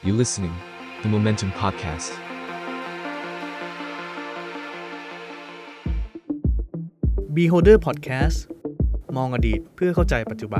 You're listening to Momentum Podcast. Beholder Podcast มองอดีตเพื่อเข้าใจปัจจุบัน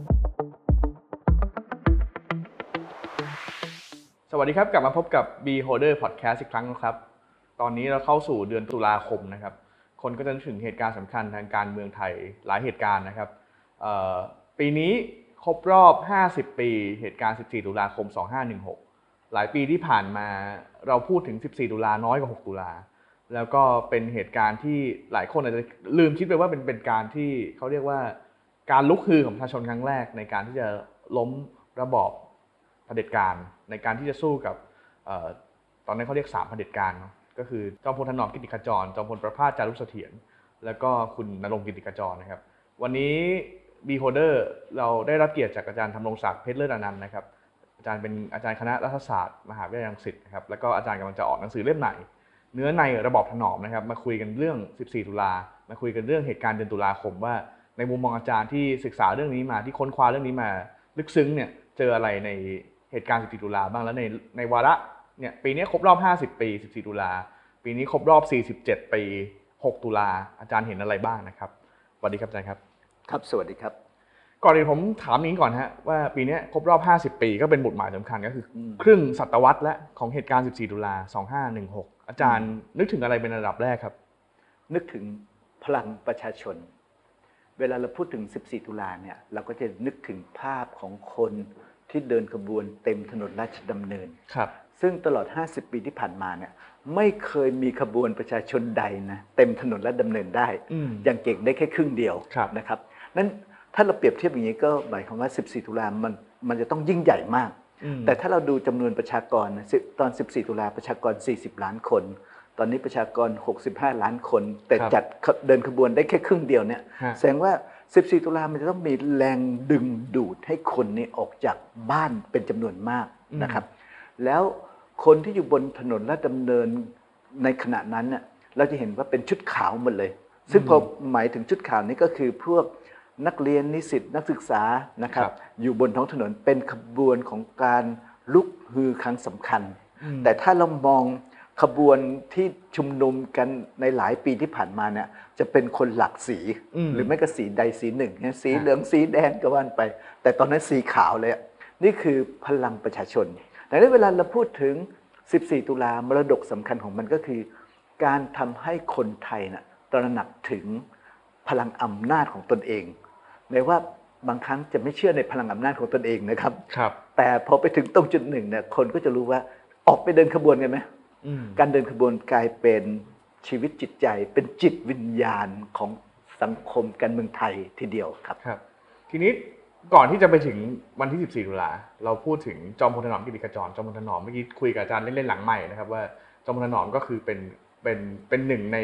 สวัสดีครับกลับมาพบกับ Beholder Podcast อีกครั้งนะครับตอนนี้เราเข้าสู่เดือนตุลาคมนะครับคนก็จะนึกถึงเหตุการณ์สำคัญทางการเมืองไทยหลายเหตุการณ์นะครับปีนี้ครบรอบ50 ปีเหตุการณ์14ตุลาคม2516หลายปีที่ผ่านมาเราพูดถึง14ตุลาน้อยกว่า6ตุลาแล้วก็เป็นเหตุการณ์ที่หลายคนอาจจะลืมคิดไปว่าเป็นการที่เขาเรียกว่าการลุกฮือของประชาชนครั้งแรกในการที่จะล้มระบอบเผด็จการในการที่จะสู้กับตอนนั้นเขาเรียก3เผด็จการก็คือจอมพลถนอมกิตติขจรจอมพลประภาสจารุเสถียรแล้วก็คุณณรงค์กิตติขจรนะครับวันนี้ Beholder เราได้รับเกียรติจากอาจารย์ธำรงศักดิ์เพชรเลิศอนันต์นะครับอาจารย์เป็นอาจารย์คณะรัฐศาสตร์มหาวิทยาลัยรังสิตนะครับแล้วก็อาจารย์กำลังจะออกหนังสือเล่มใหม่เนื้อในระบอบถนอมนะครับมาคุยกันเรื่อง14ตุลามาคุยกันเรื่องเหตุการณ์เดือนตุลาคมว่าในมุมมองอาจารย์ที่ศึกษาเรื่องนี้มาที่ค้นคว้าเรื่องนี้มาลึกซึ้งเนี่ยเจออะไรในเหตุการณ์14ตุลาบ้างแล้วในวาระเนี่ยปีนี้ครบรอบ50 ปี14ตุลาปีนี้ครบรอบ47 ปี6ตุลาอาจารย์เห็นอะไรบ้างนะครับสวัสดีครับอาจารย์ครับครับสวัสดีครับก่อนอื่นผมถามนี้ก่อนฮะว่าปีนี้ครบรอบ50 ปีก็เป็นบทหมายสำคัญก็คือครึ่งศตวรรษและของเหตุการณ์14ตุลา2516อาจารย์นึกถึงอะไรเป็นอันดับแรกครับนึกถึงพลังประชาชนเวลาเราพูดถึง14ตุลาเนี่ยเราก็จะนึกถึงภาพของคนที่เดินขบวนเต็มถนนราชดำเนินครับซึ่งตลอด50 ปีที่ผ่านมาเนี่ยไม่เคยมีขบวนประชาชนใดนะเต็มถนนราชดำเนินได้อย่างเก่งได้แค่ครึ่งเดียวนะครับนั้นถ้าเราเปรียบเทียบอย่างนี้ก็หมายความว่า14ตุลามันจะต้องยิ่งใหญ่มากแต่ถ้าเราดูจำนวนประชากรตอน14ตุลาประชากร40 ล้านคนตอนนี้ประชากร65 ล้านคนแต่จัดเดินขบวนได้แค่ครึ่งเดียวเนี่ยแสดงว่า14ตุลามันจะต้องมีแรงดึงดูดให้คนนี้ออกจากบ้านเป็นจำนวนมากนะครับแล้วคนที่อยู่บนถนนราชดำเนินในขณะนั้นเนี่ยเราจะเห็นว่าเป็นชุดขาวหมดเลยซึ่งพอหมายถึงชุดขาวนี้ก็คือพวกนักเรียนนิสิตนักศึกษานะครับอยู่บนท้องถนนเป็นขบวนของการลุกฮือครั้งสำคัญแต่ถ้าเรามองขบวนที่ชุมนุมกันในหลายปีที่ผ่านมาเนี่ยจะเป็นคนหลากสีหรือไม่ก็สีใดสีหนึ่งสีเหลืองสีแดงก็ว่าไปแต่ตอนนั้นสีขาวเลยนี่คือพลังประชาชนแต่ในเวลาเราพูดถึง14ตุลามรดกสำคัญของมันก็คือการทำให้คนไทยน่ะตระหนักถึงพลังอำนาจของตนเองแม้ว่าบางครั้งจะไม่เชื่อในพลังอำนาจของตนเองนะครับแต่พอไปถึงตรงจุดหนึ่งเนี่ยคนก็จะรู้ว่าออกไปเดินขบวนกันไหมการเดินขบวนกลายเป็นชีวิตจิตใจเป็นจิตวิญญาณของสังคมการเมืองไทยทีเดียวครับทีนี้ก่อนที่จะไปถึงวันที่14ตุลาเราพูดถึงจอมพลถนอมกิตติขจรจอมพลถนอมเมื่อกี้คุยกับอาจารย์เล่นๆหลังใหม่นะครับว่าจอมพลถนอมก็คือเป็นหนึ่งใน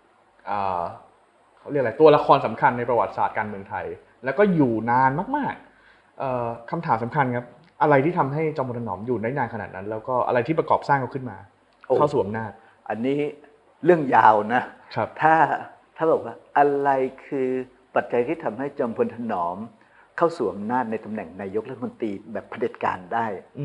เขาเรียกอะไรตัวละครสำคัญในประวัติศาสตร์การเมืองไทยแล้วก็อยู่นานมากๆคำถามสำคัญครับอะไรที่ทำให้จอมพลถนอมอยู่ได้นานขนาดนั้นแล้วก็อะไรที่ประกอบสร้างเขาขึ้นมาเข้าสู่อำนาจอันนี้เรื่องยาวนะครับถ้าบอกว่าอะไรคือปัจจัยที่ทำให้จอมพลถนอมเข้าสู่อำนาจในตำแหน่งนายกรัฐมนตรีแบบเผด็จการได้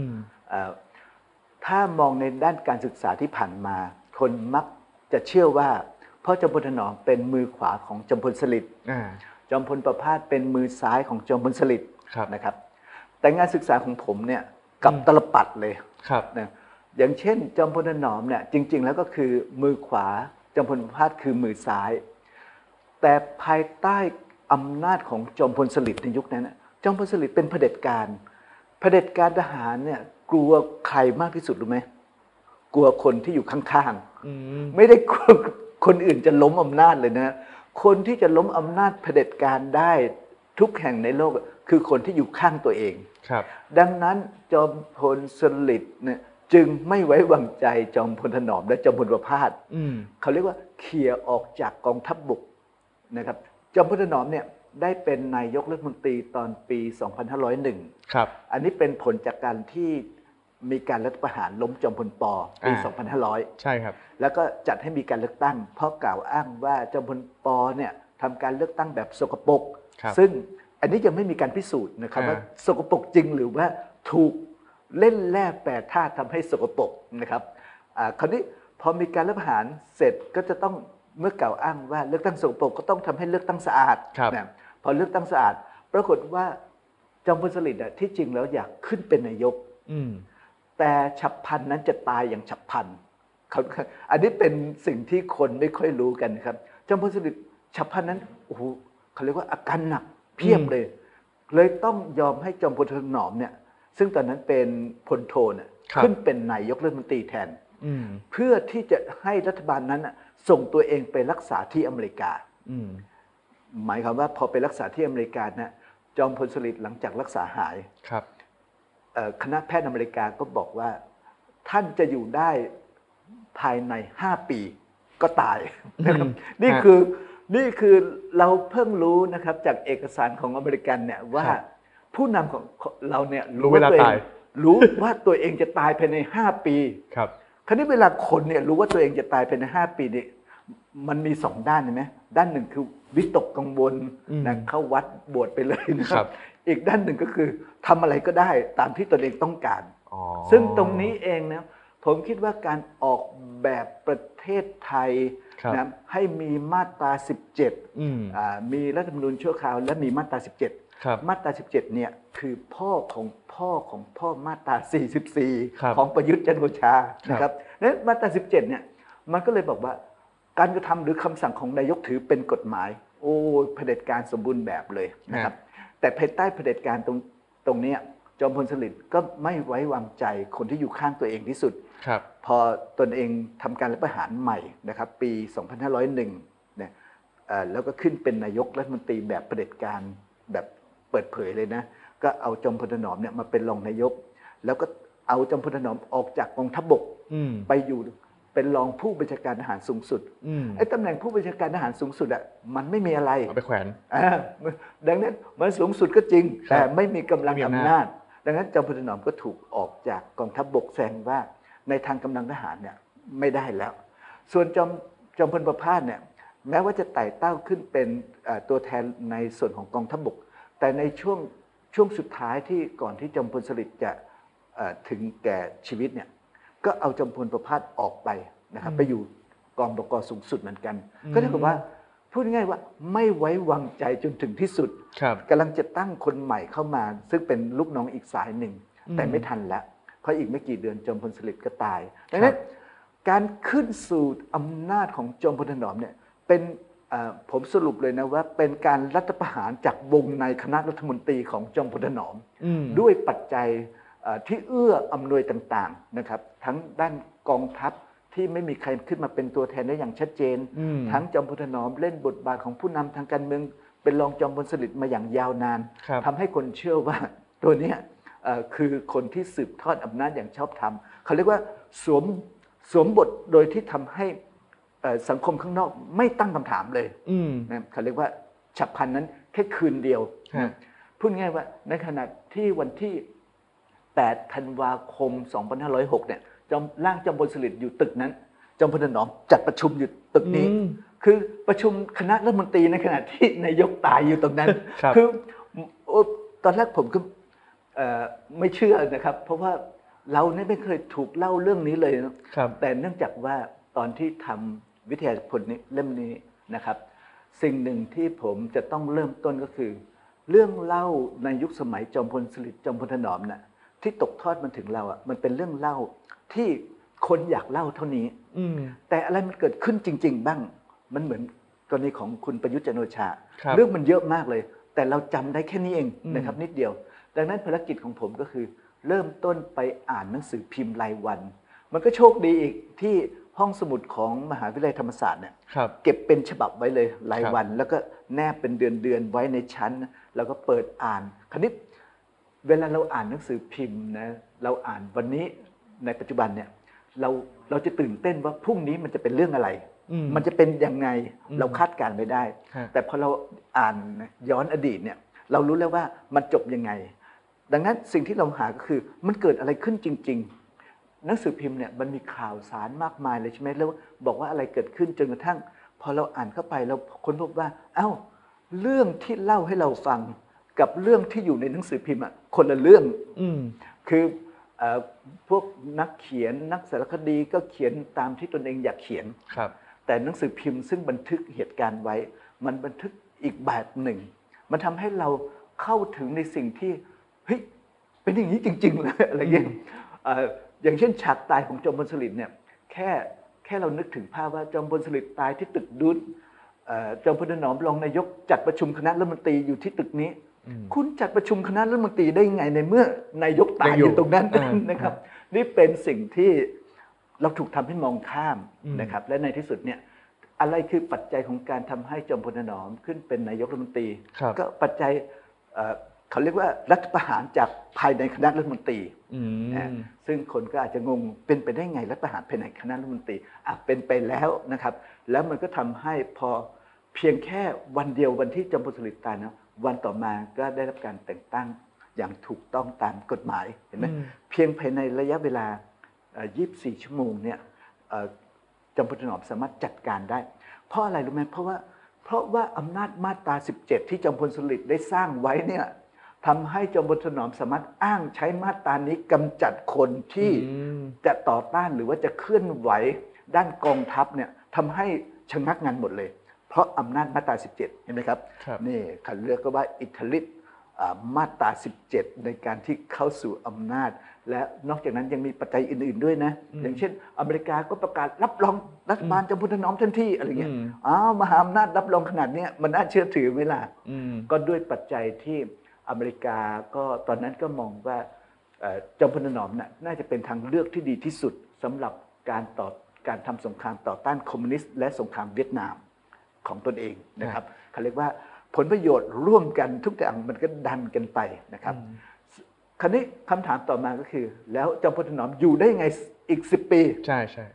ถ้ามองในด้านการศึกษาที่ผ่านมาคนมักจะเชื่อว่าเพราะจอมพลถนอมเป็นมือขวาของจอมพลสฤษดิ์จอมพลประภาสเป็นมือซ้ายของจอมพลสฤษดิ์นะครับแต่งานศึกษาของผมเนี่ยกับตลปัดเลยนะอย่างเช่นจอมพลถนอมเนี่ยจริงๆแล้วก็คือมือขวาจอมพลประภาสคือมือซ้ายแต่ภายใต้อำนาจของจอมพลสฤษดิ์ในยุคนั้นจอมพลสฤษดิ์เป็นเผด็จการทหารเนี่ยกลัวใครมากที่สุดรู้ไหมกลัวคนที่อยู่ข้างๆไม่ได้กลัวคนอื่นจะล้มอำนาจเลยนะคนที่จะล้มอำนาจเผด็จการได้ทุกแห่งในโลกคือคนที่อยู่ข้างตัวเองดังนั้นจอมพลสฤษดิ์เนี่ยจึงไม่ไว้วางใจจอมพลถนอมและจอมพลประภาสเขาเรียกว่าเคลียร์ออกจากกองทัพบกนะครับจอมพลถนอมเนี่ยได้เป็นนายกรัฐมนตรีตอนปี 2501 ครับอันนี้เป็นผลจากการที่มีการรัฐประหารล้มจอมพลป.ปี 2500 ใช่ครับแล้วก็จัดให้มีการเลือกตั้งเพราะกล่าวอ้างว่าจอมพลป.เนี่ยทำการเลือกตั้งแบบสกปรกซึ่งอันนี้ยังไม่มีการพิสูจน์นะครับว่าสกปรกจริงหรือว่าถูกเล่นแร่แปรธาตุทำให้สกปรกนะครับคราวนี้พอมีการรัฐประหารเสร็จก็จะต้องเมื่อกล่าวอ้างว่าเลือกตั้งสกปรกก็ต้องทำให้เลือกตั้งสะอาดนะพอเลือกตั้งสะอาดปรากฏว่าจอมพลสฤษดิ์ที่จริงแล้วอยากขึ้นเป็นนายกแต่ฉับพลันนั้นจะตายอย่างฉับพลันอันนี้เป็นสิ่งที่คนไม่ค่อยรู้กันครับจอมพลสฤษดิ์ฉับพลันนั้นโอ้โหเขาเรียกว่าอาการหนักเพียบเลยต้องยอมให้จอมพลถนอมเนี่ยซึ่งตอนนั้นเป็นพลโทเนี่ยขึ้นเป็นนายกรัฐมนตรีแทนเพื่อที่จะให้รัฐบาลนั้นส่งตัวเองไปรักษาที่อเมริกาหมายความว่าพอไปรักษาที่อเมริกานะจอมพลสฤษดิ์หลังจากรักษาหายคณะแพทย์อเมริกาก็บอกว่าท่านจะอยู่ได้ภายใน5 ปีก็ตายนะครับนี่คือเราเพิ่งรู้นะครับจากเอกสารของอเมริกันเนี่ยว่าผู้นำของเราเนี่ยรู้ว่าตัวเองจะตายภายใน5 ปีครับคราวนี้เวลาคนเนี่ยรู้ว่าตัวเองจะตายภายใน5 ปีนี่มันมี2 ด้านใช่ไหมด้านหนึ่งคือวิตกกังวลนะเข้าวัดบวชไปเลยนะครับอีกด้านหนึ่งก็คือทำอะไรก็ได้ตามที่ตนเองต้องการซึ่งตรงนี้เองนะผมคิดว่าการออกแบบประเทศไทยนะให้มีมาตรา17มีรัฐธรรมนูญชั่วคราวและมีมาตรา17มาตรา17เนี่ยคือพ่อของพ่อมาตรา44ของประยุทธ์จันทร์โอชานะครับนั้นมาตรา17เนี่ยมันก็เลยบอกว่าการกระทำหรือคำสั่งของนายกถือเป็นกฎหมายโอ้เผด็จการสมบูรณ์แบบเลยนะครับแต่ภายใต้เผด็จการตรงนี้จอมพลสฤษดิ์ก็ไม่ไว้วางใจคนที่อยู่ข้างตัวเองที่สุดพอตนเองทำการรัฐประหารใหม่นะครับปี 2501เนี่ยแล้วก็ขึ้นเป็นนายกรัฐมนตรีแบบเผด็จการแบบเปิดเผยเลยนะก็เอาจอมพลถนอมเนี่ยมาเป็นรองนายกแล้วก็เอาจอมพลถนอมออกจากกองทัพบกไปอยู่เป็นรองผู้บัญชาการทหารสูงสุดไอ้ตำแหน่งผู้บัญชาการทหารสูงสุดมันไม่มีอะไรเอาไปแขวนดังนั้นมันสูงสุดก็จริงแต่ไม่มีกำลังอำนาจดังนั้นจอมพลถนอมก็ถูกออกจากกองทัพบกแสดงว่าในทางกำลังทหารเนี่ยไม่ได้แล้วส่วนจอมพลประภาสเนี่ยแม้ว่าจะไต่เต้าขึ้นเป็นตัวแทนในส่วนของกองทัพบกแต่ในช่วงสุดท้ายที่ก่อนที่จอมพลสฤษดิ์จะถึงแก่ชีวิตเนี่ยก็เอาจอมพลประภาสออกไปนะครับไปอยู่กองบก.สูงสุดเหมือนกันก็เท่ากับว่าพูดง่ายว่าไม่ไว้วางใจจนถึงที่สุดกำลังจะตั้งคนใหม่เข้ามาซึ่งเป็นลูกน้องอีกสายหนึ่งแต่ไม่ทันแล้วเพราะอีกไม่กี่เดือนจอมพลสฤษดิ์ก็ตายดังนั้นการขึ้นสู่อำนาจของจอมพลถนอมเนี่ยเป็นผมสรุปเลยนะว่าเป็นการรัฐประหารจากวงในคณะรัฐมนตรีของจอมพลถนอมด้วยปัจจัยที่เอื้ออำนวยต่างๆนะครับทั้งด้านกองทัพที่ไม่มีใครขึ้นมาเป็นตัวแทนได้อย่างชัดเจนทั้งจอมพลถนอมเล่นบทบาทของผู้นำทางการเมืองเป็นรองจอมพลสฤษดิ์มาอย่างยาวนานทำให้คนเชื่อว่าตัวนี้คือคนที่สืบทอดอำนาจอย่างชอบธรรมเขาเรียกว่าสวมบทโดยที่ทำให้สังคมข้างนอกไม่ตั้งคำถามเลยนะเขาเรียกว่าฉับพลันนั้นแค่คืนเดียวพูดง่ายว่าในขณะที่วันที่8 ธันวาคม 2506เนี่ยร่างจอมพลสฤษดิ์อยู่ตึกนั้นจอมพลถนอมจัดประชุมอยู่ตึกนี้คือประชุมคณะรัฐมนตรีในขณะที่นายกตายอยู่ตรงนั้นคือตอนแรกผมก็ไม่เชื่อนะครับเพราะว่าเราไม่เคยถูกเล่าเรื่องนี้เลยนะแต่เนื่องจากว่าตอนที่ทำวิทยานิพนธ์เล่มนี้นะครับสิ่งหนึ่งที่ผมจะต้องเริ่มต้นก็คือเรื่องเล่าในยุคสมัยจอมพลสฤษดิ์จอมพลถนอมนะที่ตกทอดมันถึงเรามันเป็นเรื่องเล่าที่คนอยากเล่าเท่านี้แต่อะไรมันเกิดขึ้นจริงๆบ้างมันเหมือนกรณีของคุณประยุทธ์จันทร์โอชาเรื่องมันเยอะมากเลยแต่เราจำได้แค่นี้เองนะครับนิดเดียวดังนั้นภารกิจของผมก็คือเริ่มต้นไปอ่านหนังสือพิมพ์รายวันมันก็โชคดีอีกที่ห้องสมุดของมหาวิทยาลัยธรรมศาสตร์เนี่ยเก็บเป็นฉบับไว้เลยรายวันแล้วก็แนบเป็นเดือนไว้ในชั้นแล้วก็เปิดอ่านคราวนี้เวลาเราอ่านหนังสือพิมพ์นะเราอ่านวันนี้ในปัจจุบันเนี่ยเราจะตื่นเต้นว่าพรุ่งนี้มันจะเป็นเรื่องอะไรมันจะเป็นยังไงเราคาดการณ์ไม่ได้แต่พอเราอ่านย้อนอดีตเนี่ยเรารู้แล้วว่ามันจบยังไงดังนั้นสิ่งที่เราหาก็คือมันเกิดอะไรขึ้นจริงๆหนังสือพิมพ์เนี่ยมันมีข่าวสารมากมายเลยใช่ไหมแล้วบอกว่าอะไรเกิดขึ้นจนกระทั่งพอเราอ่านเข้าไปเราค้นพบว่าเรื่องที่เล่าให้เราฟังกับเรื่องที่อยู่ในหนังสือพิมพ์คนละเรื่องคือพวกนักเขียนนักสารคดีก็เขียนตามที่ตนเองอยากเขียนแต่หนังสือพิมพ์ซึ่งบันทึกเหตุการณ์ไว้มันบันทึกอีกแบบหนึ่งมันทำให้เราเข้าถึงในสิ่งที่เฮ้ยเป็นอย่างนี้จริงๆเลยอะไรเงี้ยอย่างเช่นฉากตายของจอมพลสฤษดิ์เนี่ยแค่เรานึกถึงภาพว่าจอมพลสฤษดิ์ตายที่ตึกดุษจอมพลถนอมรองนายกจัดประชุมคณะรัฐมนตรีอยู่ที่ตึกนี้คุณจัดประชุมคณะรัฐมนตรีได้ไงในเมื่อนายกตายอยู่ตรงนั้นนะครับนี่เป็นสิ่งที่เราถูกทำให้มองข้ามนะครับและในที่สุดเนี่ยอะไรคือปัจจัยของการทำให้จอมพลถนอมขึ้นเป็นนายกรัฐมนตรีก็ปัจจัยเขาเรียกว่ารัฐประหารจากภายในคณะรัฐมนตรีซึ่งคนก็อาจจะงงเป็นไปได้ไงรัฐประหารภายในคณะรัฐมนตรีเป็นไปแล้วนะครับแล้วมันก็ทำให้พอเพียงแค่วันเดียววันที่จอมพลสฤษดิ์ตายนะวันต่อมาก็ได้รับการแต่งตั้งอย่างถูกต้องตามกฎหมายเห็นไหมเพียงภายในระยะเวลา24 ชั่วโมงเนี่ยจอมพลถนอมสามารถจัดการได้เพราะอะไรรู้ไหมเพราะว่าอำนาจมาตรา 17 ที่จอมพลสฤษดิ์ได้สร้างไว้เนี่ยทำให้จอมพลถนอมสามารถอ้างใช้มาตรานี้กำจัดคนที่จะต่อต้านหรือว่าจะเคลื่อนไหวด้านกองทัพเนี่ยทำให้ชะงักงันหมดเลยเพราะอำนาจมาตรา 17 เห็นไหมครับนี่เขาเรียกก็ว่าอิทธิฤทธิ์มาตรา 17 ในการที่เข้าสู่อำนาจและนอกจากนั้นยังมีปัจจัยอื่นๆด้วยนะอย่างเช่นอเมริกาก็ประกาศรับรองรัฐบาลจอมพลถนอมทันทีอะไรเงี้ยมหาอำนาจรับรองขนาดนี้มันน่าเชื่อถือไหมล่ะก็ด้วยปัจจัยที่อเมริกาก็ตอนนั้นก็มองว่าจอมพลถนอมน่าจะเป็นทางเลือกที่ดีที่สุดสำหรับการทำสงครามต่อต้านคอมมิวนิสต์และสงครามเวียดนามของตนเองนะครับเขาเรียกว่าผลประโยชน์ร่วมกันทุกอย่างมันก็ดันกันไปนะครับคราวนี้คำถามต่อมาก็คือแล้วจอมพลถนอมอยู่ได้ไงอีก10 ปีใช่ใช่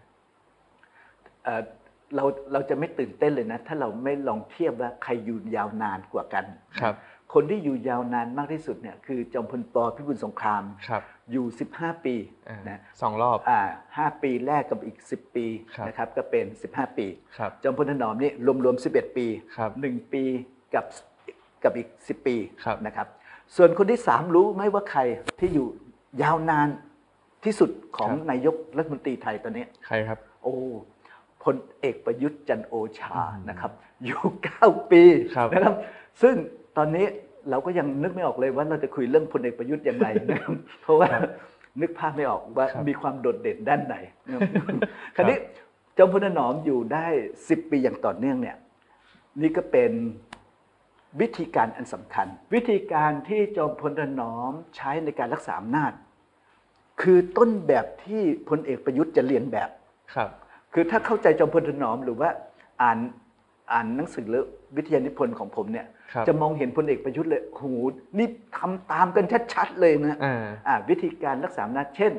เราจะไม่ตื่นเต้นเลยนะถ้าเราไม่ลองเทียบว่าใครอยู่ยาวนานกว่ากันครับคนที่อยู่ยาวนานมากที่สุดเนี่ยคือจอมพลป.พิบูลสงครามอยู่15 ปีนะ2 รอบ 5 ปีแรกกับอีก10 ปีนะครับก็เป็น15 ปีจอมพลถนอมนี่รวมๆ11 ปี1 ปีกับอีก10 ปีนะครับส่วนคนที่3รู้ไหมว่าใครที่อยู่ยาวนานที่สุดของนายกรัฐมนตรีไทยตอนนี้ใครครับพลเอกประยุทธ์จันทร์โอชานะครับอยู่9 ปีนะครับซึ่งตอนนี้เราก็ยังนึกไม่ออกเลยว่าเราจะคุยเรื่องพลเอกประยุทธ์ยังไงนะครับเพราะว่านึกภาพไม่ออกว่ามีความโดดเด่นด้านไหนคราวนี้จอมพลถนอมอยู่ได้10 ปีอย่างต่อเนื่องเนี่ยนี่ก็เป็นวิธีการอันสำคัญวิธีการที่จอมพลถนอมใช้ในการรักษาอำนาจคือต้นแบบที่พลเอกประยุทธ์จะเรียนแบบคือถ้าเข้าใจจอมพลถนอมหรือว่าอ่านหนังสือหรือวิทยานิพนธ์ของผมเนี่ยจะมองเห็นพลเอกประยุทธ์เลยโหนี่ทำตามกันชัดๆเลยนะวิธีการรักษาอำนาจเช่น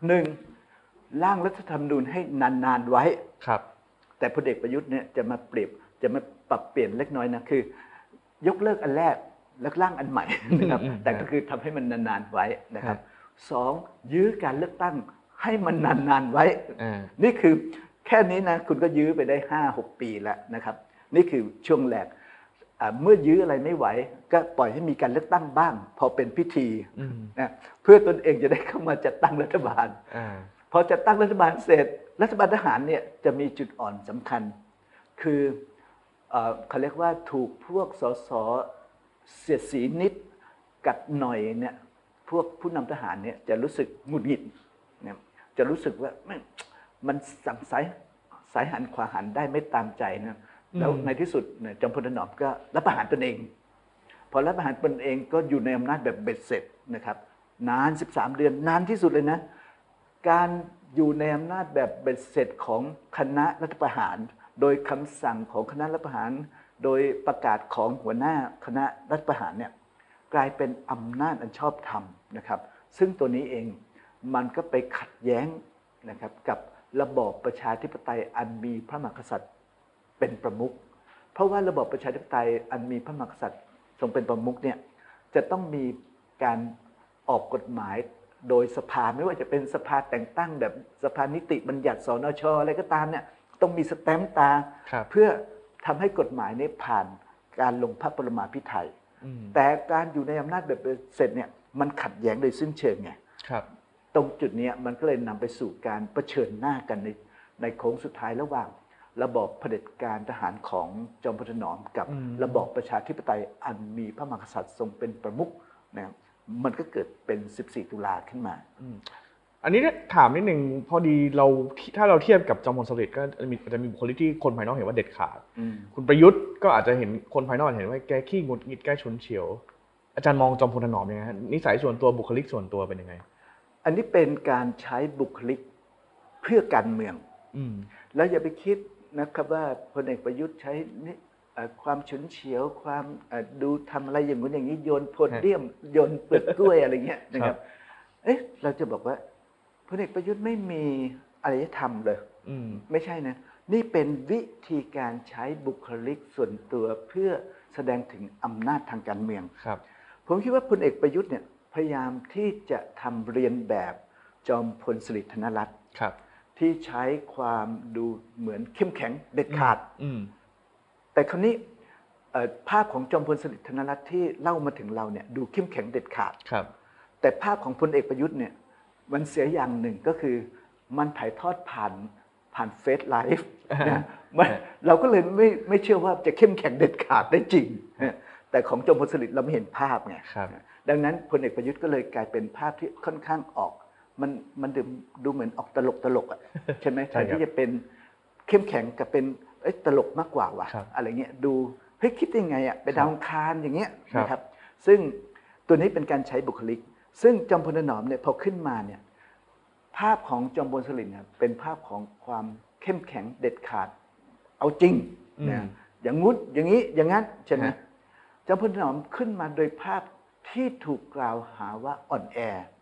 1. ร่างรัฐธรรมนูญให้นานๆไว้แต่พลเอกประยุทธ์เนี่ยจะมาปรับเปลี่ยนเล็กน้อยนะคือยกเลิกอันแรกแล้วร่างอันใหม่นะครับแต่ก็คือทำให้มันนานๆไว้นะครับ 2. ยื้อการเลือกตั้งให้มันนานๆไว้นี่คือแค่นี้นะคุณก็ยื้อไปได้ 5-6 ปีแล้วนะครับนี่คือช่วงแรกเมื่อยื้ออะไรไม่ไหวก็ปล่อยให้มีการเลือกตั้งบ้างพอเป็นพิธีนะเพื่อตนเองจะได้เข้ามาจัดตั้งรัฐบาลพอจัดตั้งรัฐบาลเสร็จรัฐบาลทหารเนี่ยจะมีจุดอ่อนสำคัญคือเขาเรียกว่าถูกพวกสสเสียดสีนิดกัดหน่อยเนี่ยพวกผู้นำทหารเนี่ยจะรู้สึกหงุดหงิดเนี่ยจะรู้สึกว่ามันสั่งสายหันขวาหันได้ไม่ตามใจนะแล้วในที่สุดจอมพลถนอมก็รัฐประหารตนเองพอรัฐประหารตนเองก็อยู่ในอำนาจแบบเบ็ดเสร็จนะครับนาน13 เดือนนานที่สุดเลยนะการอยู่ในอำนาจแบบเบ็ดเสร็จของคณะรัฐประหารโดยคำสั่งของคณะรัฐประหารโดยประกาศของหัวหน้าคณะรัฐประหารเนี่ยกลายเป็นอำนาจอันชอบธรรมนะครับซึ่งตัวนี้เองมันก็ไปขัดแย้งนะครับกับระบอบประชาธิปไตยอันมีพระมหากษัตริย์เป็นประมุขเพราะว่าระบอบประชาธิปไตยอันมีพระมหากษัตริย์ทรงเป็นประมุขเนี่ยจะต้องมีการออกกฎหมายโดยสภาไม่ว่าจะเป็นสภาแต่งตั้งแบบสภานิติบัญญัติสนช.อะไรก็ตามเนี่ยต้องมีสแตมป์ตาเพื่อทำให้กฎหมายนี้ผ่านการลงพระปรมาภิไธยแต่การอยู่ในอำนาจแบบเสร็จเนี่ยมันขัดแย้งโดยสิ้นเชิงไงตรงจุดนี้มันก็เลยนำไปสู่การเผชิญหน้ากันในโค้งสุดท้ายระหว่างระบอบเผด็จการทหารของจอมพลถนอมกับระบอบประชาธิปไตยอันมีพระมหากษัตริย์ทรงเป็นประมุขนะครับมันก็เกิดเป็น14ตุลาขึ้นมาอันนี้ถามนิดนึงพอดีถ้าเราเทียบกับจอมพลสฤษดิ์ก็จะมีบุคลิกที่คนภายนอกเห็นว่าเด็ดขาดคุณประยุทธ์ก็อาจจะเห็นคนภายนอกเห็นว่าแกขี้งุดหงิดแกฉุนเฉียวอาจารย์มองจอมพลถนอมยังไงฮะนิสัยส่วนตัวบุคลิกส่วนตัวเป็นยังไงอันนี้เป็นการใช้บุคลิกเพื่อการเมืองแล้วอย่าไปคิดนะครับว่าพลเอกประยุทธ์ใช้ความฉุนเฉียวความดูทำอะไรอย่างนู้นอย่างนี้โยนโพเดียมโยนเปลือกกล้วยอะไรเงี้ยนะครับเราจะบอกว่าพลเอกประยุทธ์ไม่มีอารยธรรมเลยไม่ใช่นะนี่เป็นวิธีการใช้บุคลิกส่วนตัวเพื่อแสดงถึงอำนาจทางการเมืองผมคิดว่าพลเอกประยุทธ์เนี่ยพยายามที่จะทำเรียนแบบจอมพลสฤษดิ์ธนรัตน์ที่ใช้ความดูเหมือนเข้มแข็งเด็ดขาดแต่คราวนี้ภาพของจอมพลสฤษดิ์ธนรัตน์ที่เล่ามาถึงเราเนี่ยดูเข้มแข็งเด็ดขาดแต่ภาพของพลเอกประยุทธ์เนี่ยมันเสียอย่างหนึ่งก็คือมันถ่ายทอดผ่านเฟซไลฟ์เราก็เลยไม่เชื่อว่าจะเข้มแข็งเด็ดขาดได้จริงแต่ของจอมพลสฤษดิ์เราไม่เห็นภาพไงดังนั้นพลเอกประยุทธ์ก็เลยกลายเป็นภาพที่ค่อนข้างออกมันดูเหมือนออกตลกอ่ะใช่ไหมแทนที่จะเป็นเข้มแข็งกับเป็นตลกมากกว่าว่ะอะไรเงี้ยดูเฮ้ยคิดยังไงอ่ะไปดาวอังคารอย่างเงี้ยนะครับซึ่งตัวนี้เป็นการใช้บุคลิกซึ่งจอมพลถนอมเนี่ยพอขึ้นมาเนี่ยภาพของจอมพลสฤษดิ์เนี่ยเป็นภาพของความเข้มแข็งเด็ดขาดเอาจริงนะอย่างงุ้นอย่างนี้อย่างนั้นใช่ไหมจอมพลถนอมขึ้นมาโดยภาพที่ถูกกล่าวหาว่าอ่อนแอ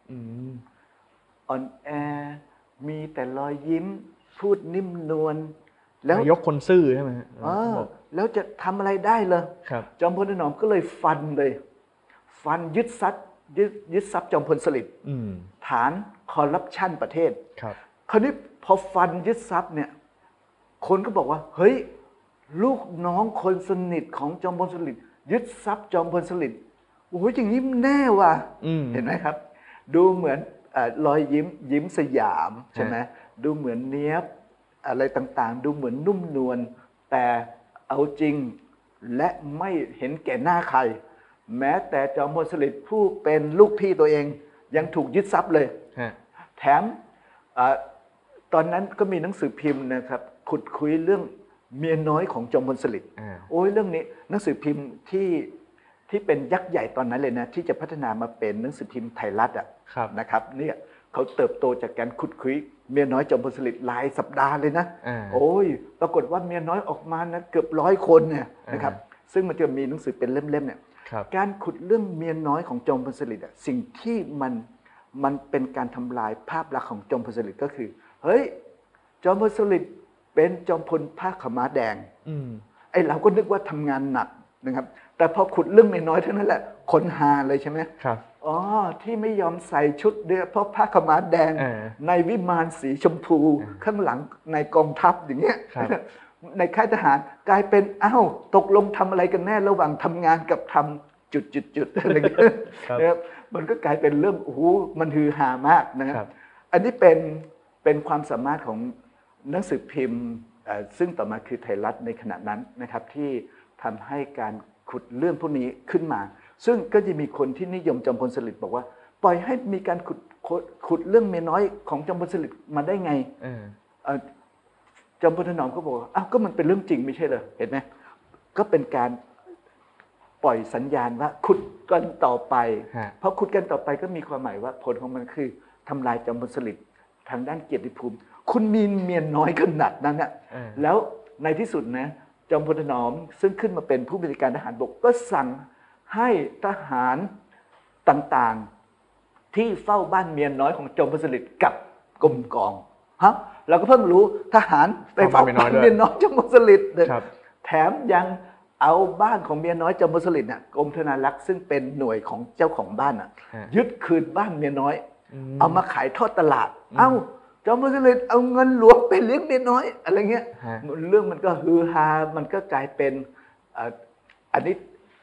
มีแต่รอยยิ้มพูดนิ่มนวลแล้วยกคนซื่อใช่ไหมแล้วจะทำอะไรได้เลยจอมพลถนอมก็เลยฟันยึดทรัพย์จอมพลสฤษดิ์ฐานคอร์รัปชันประเทศคราวนี้พอฟันยึดทรัพย์เนี่ยคนก็บอกว่าเฮ้ยลูกน้องคนสนิทของจอมพลสฤษดิ์ยึดทรัพย์จอมพลสฤษดิ์โอ้ยอย่างนี้แน่ว่ะเห็นไหมครับดูเหมือนรอยยิ้มสยามใช่ไหมดูเหมือนเนี้ยบอะไรต่างๆดูเหมือนนุ่มนวลแต่เอาจริงและไม่เห็นแก่หน้าใครแม้แต่จอมพลสฤษดิ์ผู้เป็นลูกพี่ตัวเองยังถูกยึดทรัพย์เลยแถมตอนนั้นก็มีหนังสือพิมพ์นะครับขุดคุยเรื่องเมียน้อยของจอมพลสฤษดิ์โอ้ยเรื่องนี้หนังสือพิมพ์ที่เป็นยักษ์ใหญ่ตอนนั้นเลยนะที่จะพัฒนามาเป็นหนังสือพิมพ์ไทยรัฐนะครับเนี่ยเขาเติบโตจากการขุดคุยเมียน้อยจอมพลสฤษดิ์รายสัปดาห์เลยนะโอ้ยปรากฏว่าเมียน้อยออกมานะเกือบ100 คนเนี่ยนะครับซึ่งมันจะมีหนังสือเป็นเล่มๆเนี่ยการขุดเรื่องเมียน้อยของจอมพลสฤษดิ์สิ่งที่มันเป็นการทำลายภาพลักษณ์ของจอมพลสฤษดิ์ก็คือเฮ้ยจอมพลสฤษดิ์เป็นจอมพลผ้าขาวม้าแดงไอ้เราก็นึกว่าทำงานหนักนะครับแต่พอขุดเรื่องเมียน้อยเท่านั้นแหละคนฮาเลยใช่ไหมครับอ๋อที่ไม่ยอมใส่ชุดเดียวเพราะผ้าขาวม้าแดงในวิมานสีชมพูข้างหลังในกองทัพอย่างเงี้ยในค่ายทหารกลายเป็นตกลงทำอะไรกันแน่ระหว่างทำงานกับทำจุดอะไรเงี้ยนะครับมันก็กลายเป็นเรื่องมันฮือฮามากนะครับอันนี้เป็นความสามารถของหนังสือพิมพ์ซึ่งต่อมาคือไทยรัฐในขณะนั้นนะครับที่ทำให้การขุดเรื่องพวกนี้ขึ้นมาซึ่งก็จะมีคนที่นิยมจอมพลสฤษดิ์บอกว่าปล่อยให้มีการขุดเรื่องเมียน้อยของจอมพลสฤษดิ์มาได้ไงจอมพลถนอมก็บอกว่าก็มันเป็นเรื่องจริงไม่ใช่เหรอเห็นไหมก็เป็นการปล่อยสัญญาณว่าขุดกันต่อไปเพราะขุดกันต่อไปก็มีความหมายว่าผลของมันคือทำลายจอมพลสฤษดิ์ทางด้านเกียรติภูมิคุณมีเมียน้อยขนาดนั้นแล้วในที่สุดนะจอมพลถนอมซึ่งขึ้นมาเป็นผู้บัญชาการทหารบกก็สั่งให้ทหารต่างๆที่เฝ้าบ้านเมียน้อยของจอมพลสฤษดิ์กับกรมกองเราก็เพิ่งรู้ทหารไปเฝ้าบ้านเมียน้อยจอมพลสฤษดิ์แถมยังเอาบ้านของเมียน้อยจอมพลสฤษดิ์กรมธนารักษ์ซึ่งเป็นหน่วยของเจ้าของบ้านยึดคืนบ้านเมียน้อยเอามาขายทอดตลาดจอมพลสฤษดิ์เอาเงินหลวงไปเลี้ยงเมียน้อยอะไรเงี้ยเรื่องมันก็ฮือฮามันก็กลายเป็นอันนี้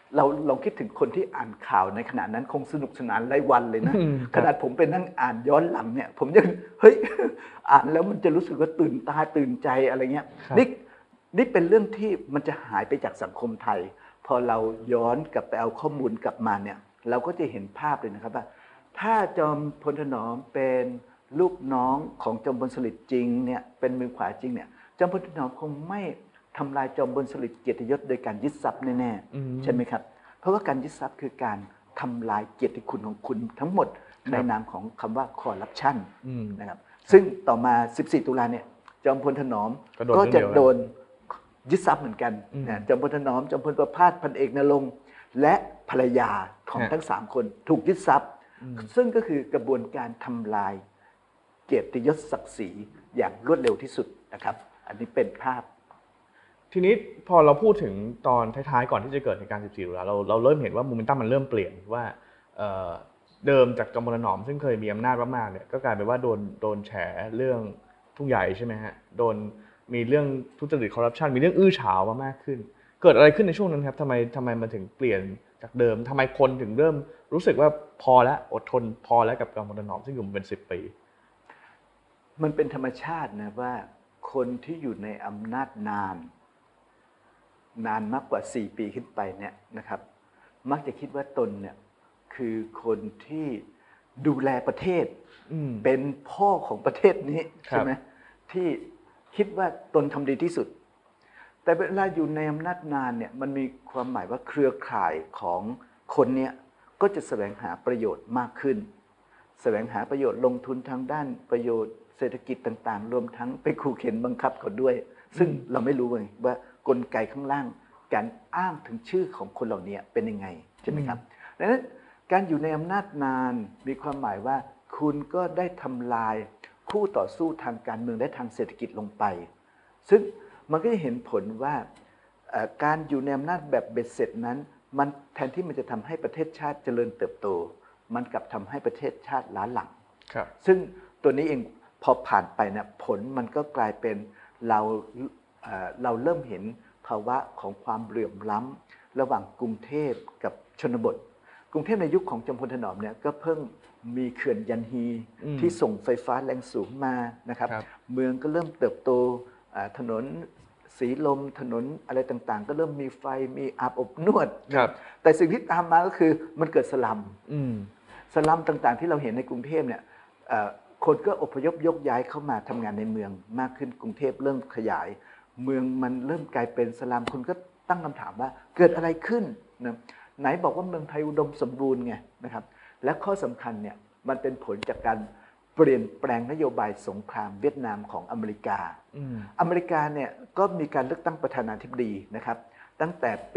เราลองคิดถึงคนที่อ่านข่าวในขณะนั้นคงสนุกสนานรายวันเลยนะขนาดผมไปนั่งอ่านย้อนหลังเนี่ยผมยังเฮ้ยอ่านแล้วมันจะรู้สึกว่าตื่นตาตื่นใจอะไรเงี้ยนี่เป็นเรื่องที่มันจะหายไปจากสังคมไทยพอเราย้อนกลับไปเอาข้อมูลกลับมาเนี่ยเราก็จะเห็นภาพเลยนะครับว่าถ้าจอมพลถนอมเป็นลูกน้องของจอมพลสฤษดิ์จริงเนี่ยเป็นมือขวาจริงเนี่ยจอมพลถนอมคงไม่ทำลายจอมพลสฤษดิ์เกียรติยศโดยการยึดทรัพย์แน่ๆใช่ไหมครับเพราะว่าการยึดทรัพย์คือการทำลายเกียรติคุณของคุณทั้งหมดในนามของคำว่าคอร์รัปชันนะครับซึ่งต่อมา14ตุลาเนี่ยจอมพลถนอมก็จะโดนยึดทรัพย์เหมือนกันจอมพลถนอมจอมพลประภาสพันเอกนรงค์และภรรยาของทั้ง3คนถูกยึดทรัพย์ซึ่งก็คือกระบวนการทำลายเกียรติยศศักดิ์ศรีอย่างรวดเร็วที่สุดนะครับอันนี้เป็นภาพทีนี้พอเราพูดถึงตอนท้ายๆก่อนที่จะเกิดเหตุการณ์14ตุลาเราเริ่มเห็นว่าโมเมนตัมมันเริ่มเปลี่ยนว่าเดิมจากจอมพลถนอมซึ่งเคยมีอำนาจมากๆเนี่ยก็กลายเป็นว่าโดนแฉเรื่องทุ่งใหญ่ใช่ไหมฮะโดนมีเรื่องทุจริตคอร์รัปชันมีเรื่องอื้อฉาวมากขึ้นเกิดอะไรขึ้นในช่วงนั้นครับทำไมมันถึงเปลี่ยนจากเดิมทำไมคนถึงเริ่มรู้สึกว่าพอแล้วอดทนพอแล้วกับจอมพลถนอมซึ่งอยู่มาเป็น10 ปีมันเป็นธรรมชาตินะว่าคนที่อยู่ในอำนาจนานมากกว่า4 ปีขึ้นไปเนี่ยนะครับมักจะคิดว่าตนเนี่ยคือคนที่ดูแลประเทศเป็นพ่อของประเทศนี้ใช่ไหมที่คิดว่าตนทำดีที่สุดแต่เวลาอยู่ในอำนาจนานเนี่ยมันมีความหมายว่าเครือข่ายของคนเนี้ยก็จะแสวงหาประโยชน์มากขึ้นแสวงหาประโยชน์ลงทุนทางด้านประโยชน์เศรษฐกิจต่างๆรวมทั้งไปขู่เข็นบังคับเขาด้วยซึ่งเราไม่รู้เลยว่ากลไกข้างล่างการอ้างถึงชื่อของคนเหล่านี้เป็นยังไงใช่ไหมครับดังนั้นการอยู่ในอำนาจนานมีความหมายว่าคุณก็ได้ทำลายคู่ต่อสู้ทางการเมืองและทางเศรษฐกิจลงไปซึ่งมันก็จะเห็นผลว่าการอยู่ในอำนาจแบบเบ็ดเสร็จนั้นมันแทนที่มันจะทำให้ประเทศชาติเจริญเติบโตมันกลับทำให้ประเทศชาติล้าหลังซึ่งตัวนี้เองพอผ่านไปนะผลมันก็กลายเป็นเราเริ่มเห็นภาวะของความเหลื่อมล้ำระหว่างกรุงเทพกับชนบทกรุงเทพในยุคของจอมพลถนอมเนี่ยก็เพิ่งมีเขื่อนยันฮีที่ส่งไฟฟ้าแรงสูงมานะครับเมืองก็เริ่มเติบโตถนนสีลมถนนอะไรต่างๆก็เริ่มมีไฟมีอาบอบนวดแต่สิ่งที่ตามมาก็คือมันเกิดสลัมต่างๆที่เราเห็นในกรุงเทพเนี่ยคนก็อพยพยกย้ายเข้ามาทำงานในเมืองมากขึ้นกรุงเทพเริ่มขยายเมืองมันเริ่มกลายเป็นสลัมคนก็ตั้งคำถามว่าเกิดอะไรขึ้นนะไหนบอกว่าเมืองไทยอุดมสมบูรณ์ไงนะครับและข้อสำคัญเนี่ยมันเป็นผลจากการเปลี่ยนแปลงนโยบายสงครามเวียดนามของอเมริกาอเมริกาเนี่ยก็มีการเลือกตั้งประธานาธิบดีนะครับตั้งแต่ปี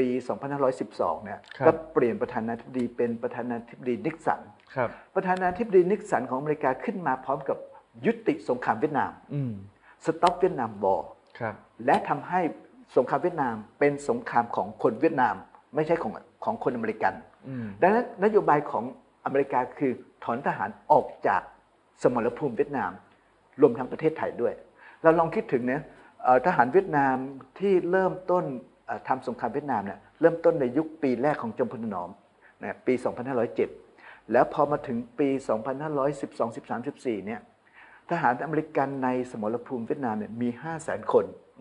2512 เนี่ยก็เปลี่ยนประธานาธิบดีเป็นประธานาธิบดีนิกสันประธานาธิบดีนิกสันของอเมริกาขึ้นมาพร้อมกับยุติสงครามเวียดนามสต็อปเวียดนามวอร์และทำให้สงครามเวียดนามเป็นสงครามของคนเวียดนามไม่ใช่ของคนอเมริกันดังนั้นนโยบายของอเมริกาคือถอนทหารออกจากสมรภูมิเวียดนามรวมทั้งประเทศไทยด้วยเราลองคิดถึงเนี่ยทหารเวียดนามที่เริ่มต้นทำสงครามเวียดนามเนี่ยเริ่มต้นในยุคปีแรกของจอมพลถนอมนะปี 2507 แล้วพอมาถึงปี 2512 13 14 เนี่ยทหารอเมริกันในสมรภูมิเวียดนามเนี่ยมี 500,000 คน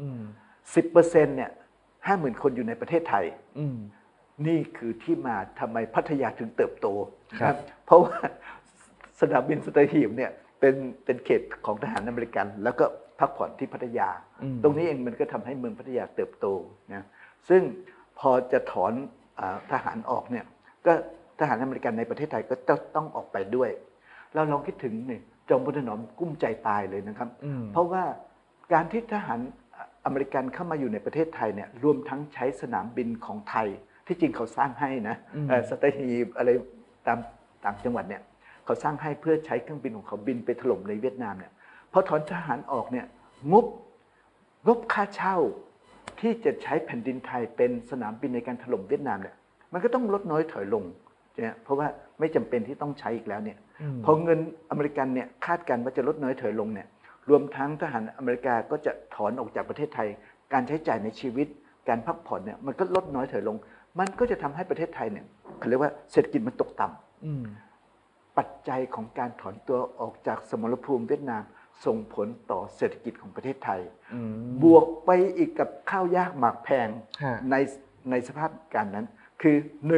10% เนี่ย 50,000 คนอยู่ในประเทศไทยนี่คือที่มาทำไมพัทยาถึงเติบโตครับเพราะว่าสนามบินสัตหีบเนี่ยเป็นเขตของทหารอเมริกันแล้วก็พักผ่อนที่พัทยาตรงนี้เองมันก็ทำให้เมืองพัทยาเติบโตนะซึ่งพอจะถอนทหารออกเนี่ยก็ทหารอเมริกันในประเทศไทยก็ต้องออกไปด้วยเราลองคิดถึงนี่จอมพลถนอมกุ้มใจตายเลยนะครับเพราะว่าการที่ทหารอเมริกันเข้ามาอยู่ในประเทศไทยเนี่ยรวมทั้งใช้สนามบินของไทยที่จริงเขาสร้างให้นะสัตหีบอะไรตามต่างจังหวัดเนี่ยเขาสร้างให้เพื่อใช้เครื่องบินของเขาบินไปถล่มในเวียดนามเนี่ยพอถอนทหารออกเนี่ยงบค่าเช่าที่จะใช้แผ่นดินไทยเป็นสนามบินในการถล่มเวียดนามเนี่ยมันก็ต้องลดน้อยถอยลงเนี่ยเพราะว่าไม่จำเป็นที่ต้องใช้อีกแล้วเนี่ยพอเงินอเมริกันเนี่ยคาดการณ์ว่าจะลดน้อยถอยลงเนี่ยรวมทั้งทหารอเมริกาก็จะถอนออกจากประเทศไทยการใช้จ่ายในชีวิตการพักผ่อนเนี่ยมันก็ลดน้อยถอยลงมันก็จะทำให้ประเทศไทยเนี่ยเขาเรียกว่าเศรษฐกิจมันตกต่ำปัจจัยของการถอนตัวออกจากสมรภูมิเวียดนามส่งผลต่อเศรษฐกิจของประเทศไทยบวกไปอีกกับข้าวยากหมากแพงในสภาพการนั้นคือ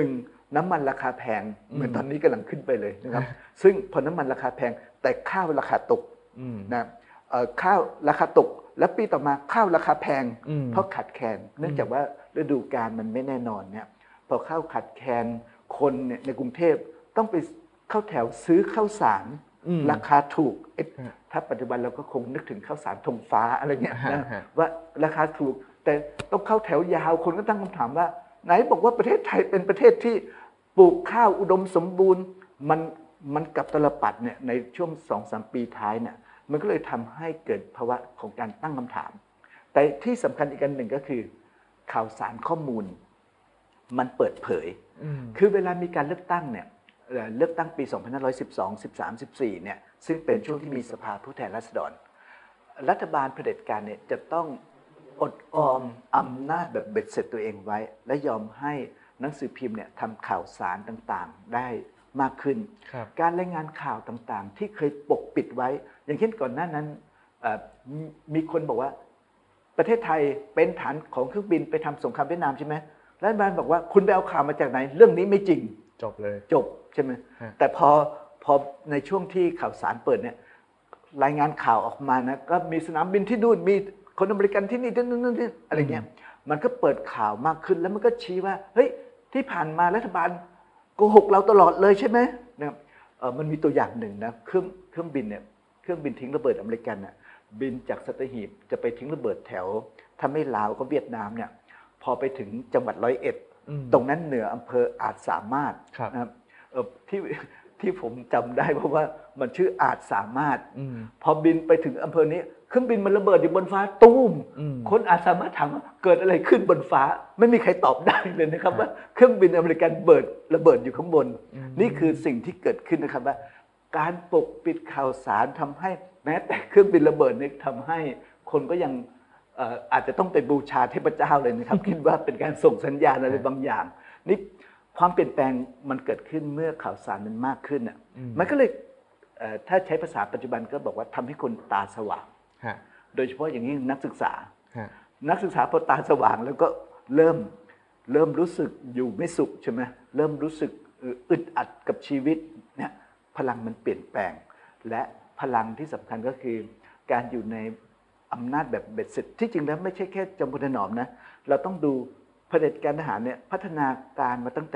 1น้ำมันราคาแพงเหมือนตอนนี้กำลังขึ้นไปเลยนะครับซึ่งพอน้ำมันราคาแพงแต่ข้าวราคาตกนะข้าวราคาตกแล้วปีต่อมาข้าวราคาแพงเพราะขาดแคลนเนื่องจากว่าฤดูกาลมันไม่แน่นอนเนี่ยพอข้าวขาดแคลนคนเนี่ยในกรุงเทพต้องไปเข้าแถวซื้อข้าวสารราคาถูกถ้าปัจจุบันเราก็คงนึกถึงข้าวสารธงฟ้าอะไรเงี้ยนะว่าราคาถูกแต่ต้องเข้าแถวยาวคนก็ตั้งคำถามว่าไหนบอกว่าประเทศไทยเป็นประเทศที่ปลูกข้าวอุดมสมบูรณ์มันกลับตลปัดเนี่ยในช่วง 2-3 ปีท้ายเนี่ยมันก็เลยทำให้เกิดภาวะของการตั้งคำถามแต่ที่สำคัญอีกอันหนึ่งก็คือข่าวสารข้อมูลมันเปิดเผยคือเวลามีการเลือกตั้งเนี่ยเลือกตั้งปี 2512 13 14เนี่ยซึ่งเป็นช่วงที่มีสภาผู้แทนราษฎรรัฐบาลเผด็จการเนี่ยจะต้องอดออมอำนาจแบบเบ็ดเสร็จตัวเองไว้และยอมให้หนังสือพิมพ์เนี่ยทำข่าวสารต่างๆได้มากขึ้นการรายงานข่าวต่างๆที่เคยปกปิดไว้อย่างเช่นก่อนหน้านั้นมีคนบอกว่าประเทศไทยเป็นฐานของเครื่องบินไปทำสงครามเวียดนามใช่ไหมรัฐบาลบอกว่าคุณไปเอาข่าวมาจากไหนเรื่องนี้ไม่จริงจบเลยจบใช่ไหมแต่พอในช่วงที่ข่าวสารเปิดเนี่ยรายงานข่าวออกมานะก็มีสนามบินที่นู่นมีคนอเมริกันที่นี่ที่อะไรเงี้ยมันก็เปิดข่าวมากขึ้นแล้วมันก็ชี้ว่าเฮ้ยที่ผ่านมารัฐบาลโกหกเราตลอดเลยใช่ไหมนะมันมีตัวอย่างหนึ่งนะเครื่องบินเนี่ยเครื่องบินทิ้งระเบิดอเมริกันน่ะบินจากสัตหีบจะไปทิ้งระเบิดแถวถ้าไม่ลาวก็เวียดนามเนี่ยพอไปถึงจังหวัด101ตรงนั้นเหนืออำเภออาจสามารถนะครับที่ผมจำได้เพราะว่ามันชื่ออาจสามารถพอบินไปถึงอำเภอนี้เครื่องบินมันระเบิดอยู่บนฟ้าตูมคนอาจสามารถถามว่าเกิดอะไรขึ้นบนฟ้าไม่มีใครตอบได้เลยนะครับว่าเครื่องบินอเมริกันระเบิดอยู่ข้างบนนี่คือสิ่งที่เกิดขึ้นนะครับว่าการปกปิดข่าวสารทำให้แม้แต่เครื่องบินระเบิดนี่ทำให้คนก็ยังอาจจะต้องไปบูชาเทพเจ้าเลยนะครับ คิดว่าเป็นการส่งสัญญาณอะไรบางอย่างนี่ความเปลี่ยนแปลงมันเกิดขึ้นเมื่อข่าวสารมันมากขึ้นอ่ะมันก็เลยถ้าใช้ภาษาปัจจุบันก็บอกว่าทำให้คนตาสว่างโดยเฉพาะอย่างนี้นักศึกษาพอตาสว่างแล้วก็เริ่มรู้สึกอยู่ไม่สุขใช่ไหมเริ่มรู้สึกอึดอัดกับชีวิตเนี่ยพลังมันเปลี่ยนแปลงและพลังที่สำคัญก็คือการอยู่ในอำนาจแบบเบ็ดเสร็จที่จริงแล้วไม่ใช่แค่จอมพลถนอมนะเราต้องดูเผด็จการทหารเนี่ยพัฒนาการมาตั้งแต่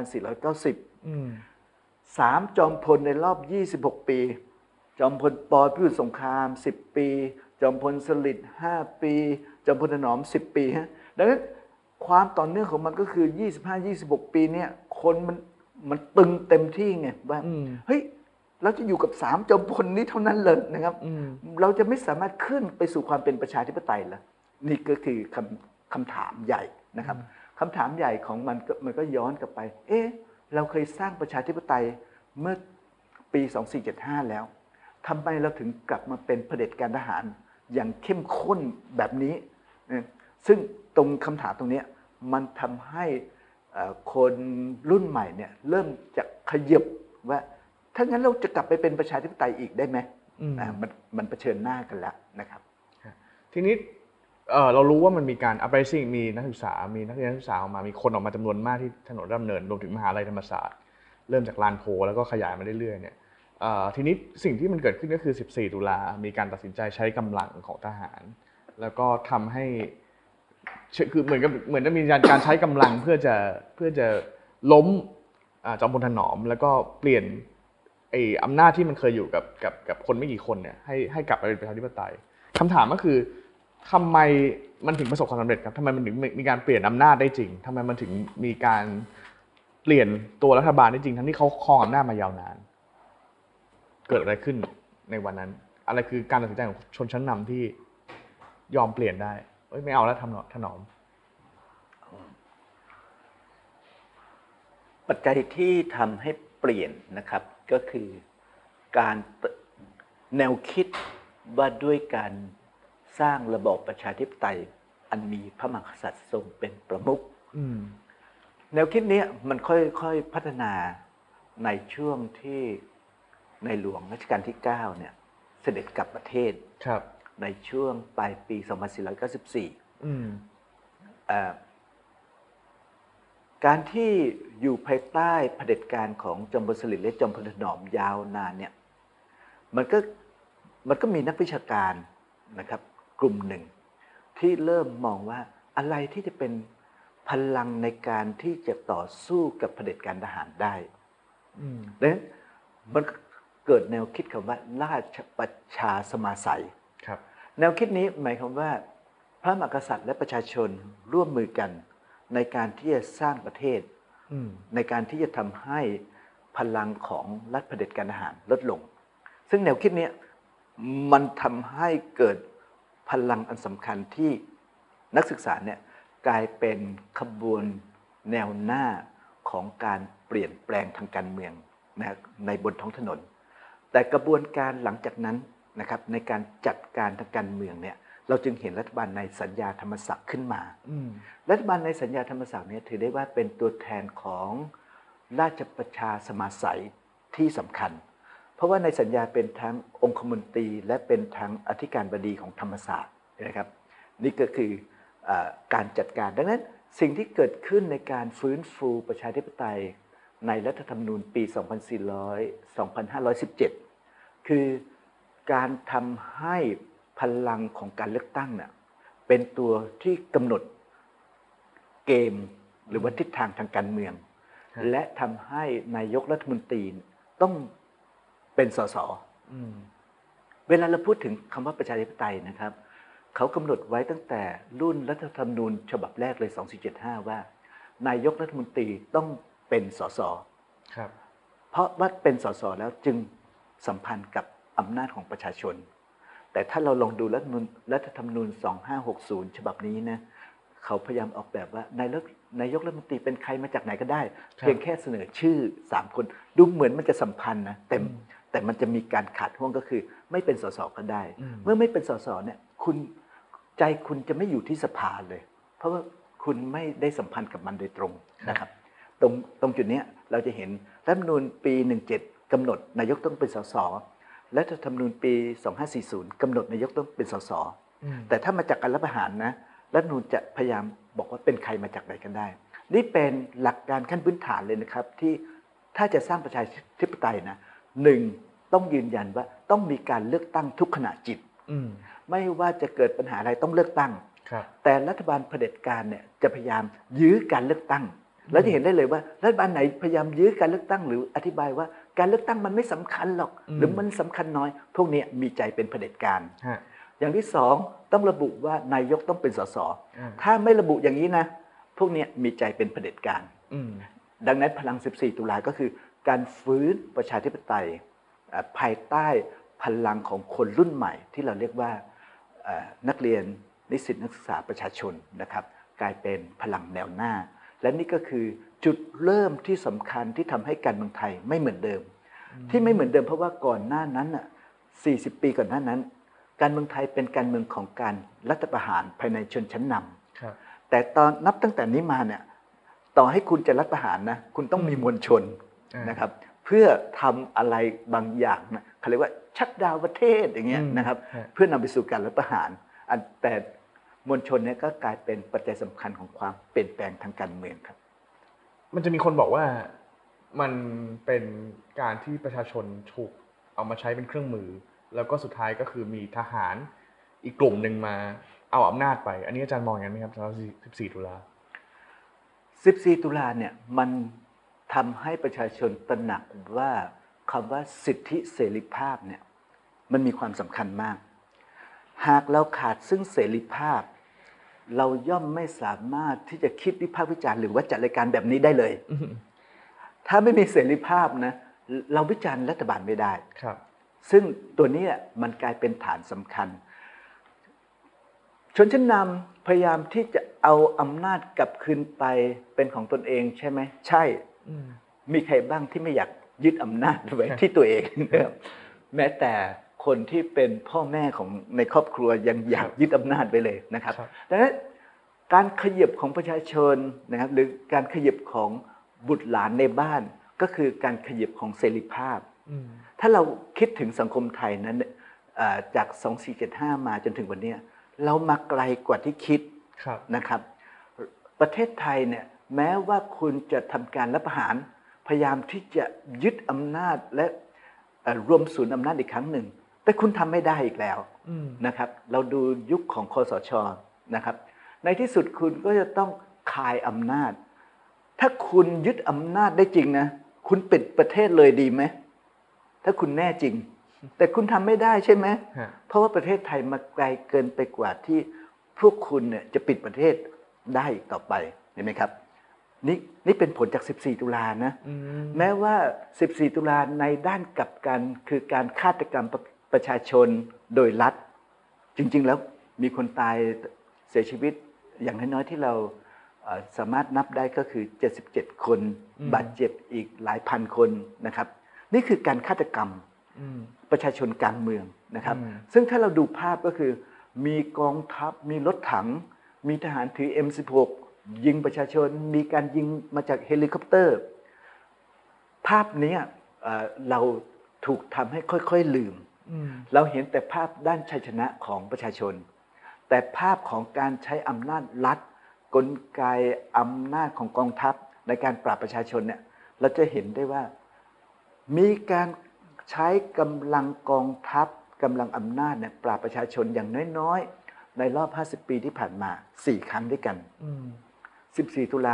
2490 3 จอมพลในรอบ 26 ปีจอมพลป.พิบูลสงคราม10 ปีจอมพลสฤษดิ์5 ปีจอมพลถนอม10 ปีฮะดังนั้นความต่อเนื่องของมันก็คือ 25-26 ปีเนี่ยคนมันตึงเต็มที่ไงว่าเฮ้ยเราจะอยู่กับ3 จอมพลนี้เท่านั้นเลยนะครับเราจะไม่สามารถขึ้นไปสู่ความเป็นประชาธิปไตยแล้วนี่ก็คือคำถามใหญ่นะครับคำถามใหญ่ของมันก็ย้อนกลับไปเราเคยสร้างประชาธิปไตยเมื่อปี 2475 แล้วทำไมเราถึงกลับมาเป็นเผด็จการทหารอย่างเข้มข้นแบบนี้ซึ่งตรงคำถามตรงนี้มันทำให้คนรุ่นใหม่เนี่ยเริ่มจะขยับว่าถ้างั้นเราจะกลับไปเป็นประชาธิปไตยอีกได้ไหมมันเผชิญหน้ากันแล้วนะครับทีนี้เรารู้ว่ามันมีการ uprising มีนักศึกษามีนักเรียนนักศึกษาออกมามีคนออกมาจำนวนมากที่ถนนราชดำเนินรวมถึงมหาวิทยาลัยธรรมศาสตร์เริ่มจากลานโพแล้วก็ขยายมาเรื่อยๆเนี่ยทีนี้สิ่งที่มันเกิดขึ้นก็คือ14 ตุลามีการตัดสินใจใช้กำลังของทหารแล้วก็ทำให้คือเหมือนจะมีการใช้กำลังเพื่อจะล้มจอมพลถนอมแล้วก็เปลี่ยนอำนาจที่มันเคยอยู่กับคนไม่กี่คนเนี่ยให้กลับไปเป็นประชาธิปไตยคำถามก็คือทำไมมันถึงประสบความสำเร็จครับทำไมมันถึงมีการเปลี่ยนอำนาจได้จริงทำไมมันถึงมีการเปลี่ยนตัวรัฐบาลได้จริงทั้งที่เขาครองอำนาจมายาวนานเกิดอะไรขึ้นในวันนั้นอะไรคือการตัดสินใจของชนชั้นนำที่ยอมเปลี่ยนได้ไม่เอาแล้วถนอมปัจจัยที่ทำให้เปลี่ยนนะครับก็คือการแนวคิดว่าด้วยการสร้างระบอบประชาธิปไตยอันมีพระมหากษัตริย์ทรงเป็นประมุขแนวคิดนี้มันค่อยๆพัฒนาในช่วงที่ในหลวงรัชกาลที่9เนี่ยเสด็จกลับประเทศในช่วงปลายปี 2494การที่อยู่ภายใต้เผด็จการของจอมพลสฤษดิ์และจอมพลถนอมยาวนานเนี่ยมันก็มีนักวิชาการนะครับกลุ่มหนึ่งที่เริ่มมองว่าอะไรที่จะเป็นพลังในการที่จะต่อสู้กับเผด็จการทหารได้ดังนั้นมันเกิดแนวคิดคำว่าราชประชาสมาสัยแนวคิดนี้หมายความว่าพระมหากษัตริย์และประชาชนร่วมมือกันในการที่จะสร้างประเทศในการที่จะทำให้พลังของรัฐเผด็จการทหารลดลงซึ่งแนวคิดนี้มันทำให้เกิดพลังอันสำคัญที่นักศึกษาเนี่ยกลายเป็นขบวนแนวหน้าของการเปลี่ยนแปลงทางการเมืองนะในบนท้องถนนแต่กระบวนการหลังจากนั้นนะครับในการจัดการทางการเมืองเนี่ยเราจึงเห็นรัฐบาลในสัญญาธรรมศักดิ์ขึ้นมารัฐบาลในสัญญาธรรมศักดิ์เนี่ยถือได้ว่าเป็นตัวแทนของราชประชาสมาสัยที่สำคัญเพราะว่าในสัญญาเป็นทั้งองคมนตรีและเป็นทั้งอธิการบดีของธรรมศาสตร์นะครับนี่ก็คือการจัดการดังนั้นสิ่งที่เกิดขึ้นในการฟื้นฟูประชาธิปไตยในรัฐธรรมนูญปี 2517 คือการทำให้พลังของการเลือกตั้งเนี่ยเป็นตัวที่กำหนดเกมหรือว่าทิศทางทางการเมืองและทำให้นายกรัฐมนตรีต้องเป็นสสเวลาเราพูดถึงคำว่าประชาธิปไตยนะครับเขากำหนดไว้ตั้งแต่รุ่นรัฐธรรมนูญฉบับแรกเลย 2475 ว่านายกรัฐมนตรีต้องเป็นสสเพราะว่าเป็นสสแล้วจึงสัมพันธ์กับอำนาจของประชาชนแต่ถ้าเราลองดูรัฐธรรมนูญ 2560 ฉบับนี้นะเขาพยายามออกแบบว่านายกรัฐมนตรีเป็นใครมาจากไหนก็ได้เพียงแค่เสนอชื่อ3คนดูเหมือนมันจะสัมพันธ์นะแต่มันจะมีการขาดห่วงก็คือไม่เป็นสสก็ได้เมื่อไม่เป็นสสเนี่ยใจคุณจะไม่อยู่ที่สภาเลยเพราะว่าคุณไม่ได้สัมพันธ์กับมันโดยตรงนะครับตรงจุดนี้เราจะเห็นรัฐธรรมนูญปี 17 กำหนดนายกต้องเป็นสสรัฐธรรมนูญปี 2540 กำหนดนายกต้องเป็นสสแต่ถ้ามาจากการรัฐประหารนะรัฐธรรมนูญจะพยายามบอกว่าเป็นใครมาจากไหนกันได้นี่เป็นหลักการขั้นพื้นฐานเลยนะครับที่ถ้าจะสร้างประชาธิปไตยนะ1ต้องยืนยันว่าต้องมีการเลือกตั้งทุกขณะจิตไม่ว่าจะเกิดปัญหาอะไรต้องเลือกตั้งแต่รัฐบาลเผด็จการเนี่ยจะพยายามยื้อการเลือกตั้งแล้วจะเห็นได้เลยว่ารัฐบาลไหนพยายามยื้อการเลือกตั้งหรืออธิบายว่าการเลือกตั้งมันไม่สำคัญหรอกหรือมันสำคัญน้อยพวกนี้มีใจเป็นเผด็จการอย่างที่2ต้องระบุว่านายกต้องเป็นสสถ้าไม่ระบุอย่างนี้นะพวกนี้มีใจเป็นเผด็จการดังนั้นพลัง14ตุลาก็คือการฟื้นประชาธิปไตยภายใต้พลังของคนรุ่นใหม่ที่เราเรียกว่านักเรียนนิสิตนักศึกษาประชาชนนะครับกลายเป็นพลังแนวหน้าและนี่ก็คือจุดเริ่มที่สำคัญที่ทำให้การเมืองไทยไม่เหมือนเดิมที่ไม่เหมือนเดิมเพราะว่าก่อนหน้านั้น40 ปีก่อนหน้านั้นการเมืองไทยเป็นการเมืองของการรัฐประหารภายในชนชั้นนำแต่ตอนนับตั้งแต่นี้มาเนี่ยต่อให้คุณจะรัฐประหารนะคุณต้องมีมวลชนนะครับเพื่อทำอะไรบางอย่างนะเขาเรียกว่าชักดาวประเทศอย่างเงี้ยนะครับเพื่อนำไปสู่การรัฐประหารแต่มวลชนเนี่ยก็กลายเป็นปัจจัยสำคัญของความเปลี่ยนแปลงทางการเมืองครับมันจะมีคนบอกว่ามันเป็นการที่ประชาชนถูกเอามาใช้เป็นเครื่องมือแล้วก็สุดท้ายก็คือมีทหารอีกกลุ่มหนึ่งมาเอาอำนาจไปอันนี้อาจารย์มองอย่างไรไหมครับสำหรับ14 ตุลา 14 ตุลาเนี่ยมันทำให้ประชาชนตระหนักว่าคำว่าสิทธิเสรีภาพเนี่ยมันมีความสำคัญมากหากเราขาดซึ่งเสรีภาพเราย่อมไม่สามารถที่จะคิดวิพากษ์วิจารณ์หรือว่าจัดรายการแบบนี้ได้เลยถ้าไม่มีเสรีภาพนะเราวิจารณ์รัฐบาลไม่ได้ซึ่งตัวนี้มันกลายเป็นฐานสำคัญชนชั้นนำพยายามที่จะเอาอำนาจกลับคืนไปเป็นของตนเองใช่ไหมใช่มีใครบ้างที่ไม่อยากยึดอำนาจไว้ที่ตัวเองแม้แต่คนที่เป็นพ่อแม่ของในครอบครัวยังอยากยึดอำนาจไปเลยนะครับดังนั้นการขยับของประชาชนนะครับหรือการขยับของบุตรหลานในบ้านก็คือการขยับของเสรีภาพถ้าเราคิดถึงสังคมไทยนั้นจาก 2475 มาจนถึงวันนี้เรามาไกลกว่าที่คิดนะครับประเทศไทยเนี่ยแม้ว่าคุณจะทำการรัฐประหารพยายามที่จะยึดอำนาจและรวมศูนย์อำนาจอีกครั้งหนึ่งแต่คุณทำไม่ได้อีกแล้วนะครับเราดูยุคของคสช.นะครับในที่สุดคุณก็จะต้องคายอำนาจถ้าคุณยึดอำนาจได้จริงนะคุณปิดประเทศเลยดีไหมถ้าคุณแน่จริงแต่คุณทำไม่ได้ใช่ไหมเพราะว่าประเทศไทยมาไกลเกินไปกว่าที่พวกคุณเนี่ยจะปิดประเทศได้ต่อไปเห็นไหมครับนี่เป็นผลจาก 14 ตุลานะแม้ว่า 14 ตุลาในด้านกลับกันคือการฆาตกรรมประชาชนโดยรัฐจริงๆแล้วมีคนตายเสียชีวิตอย่างน้อยๆที่เราสามารถนับได้ก็คือ77คนบาดเจ็บอีกหลายพันคนนะครับนี่คือการฆาตกรรมประชาชนกลางเมืองนะครับซึ่งถ้าเราดูภาพก็คือมีกองทัพมีรถถังมีทหารถือ M16 ยิงประชาชนมีการยิงมาจากเฮลิคอปเตอร์ภาพนี้เราถูกทำให้ค่อยๆลืมเราเห็นแต่ภาพด้านชัยชนะของประชาชนแต่ภาพของการใช้อำนาจรัฐกลไกอำนาจของกองทัพในการปราบประชาชนเนี่ยเราจะเห็นได้ว่ามีการใช้กำลังกองทัพกำลังอำนาจเนี่ยปราบประชาชนอย่างน้อยๆในรอบ50 ปีที่ผ่านมา4 ครั้งด้วยกัน14 ตุลา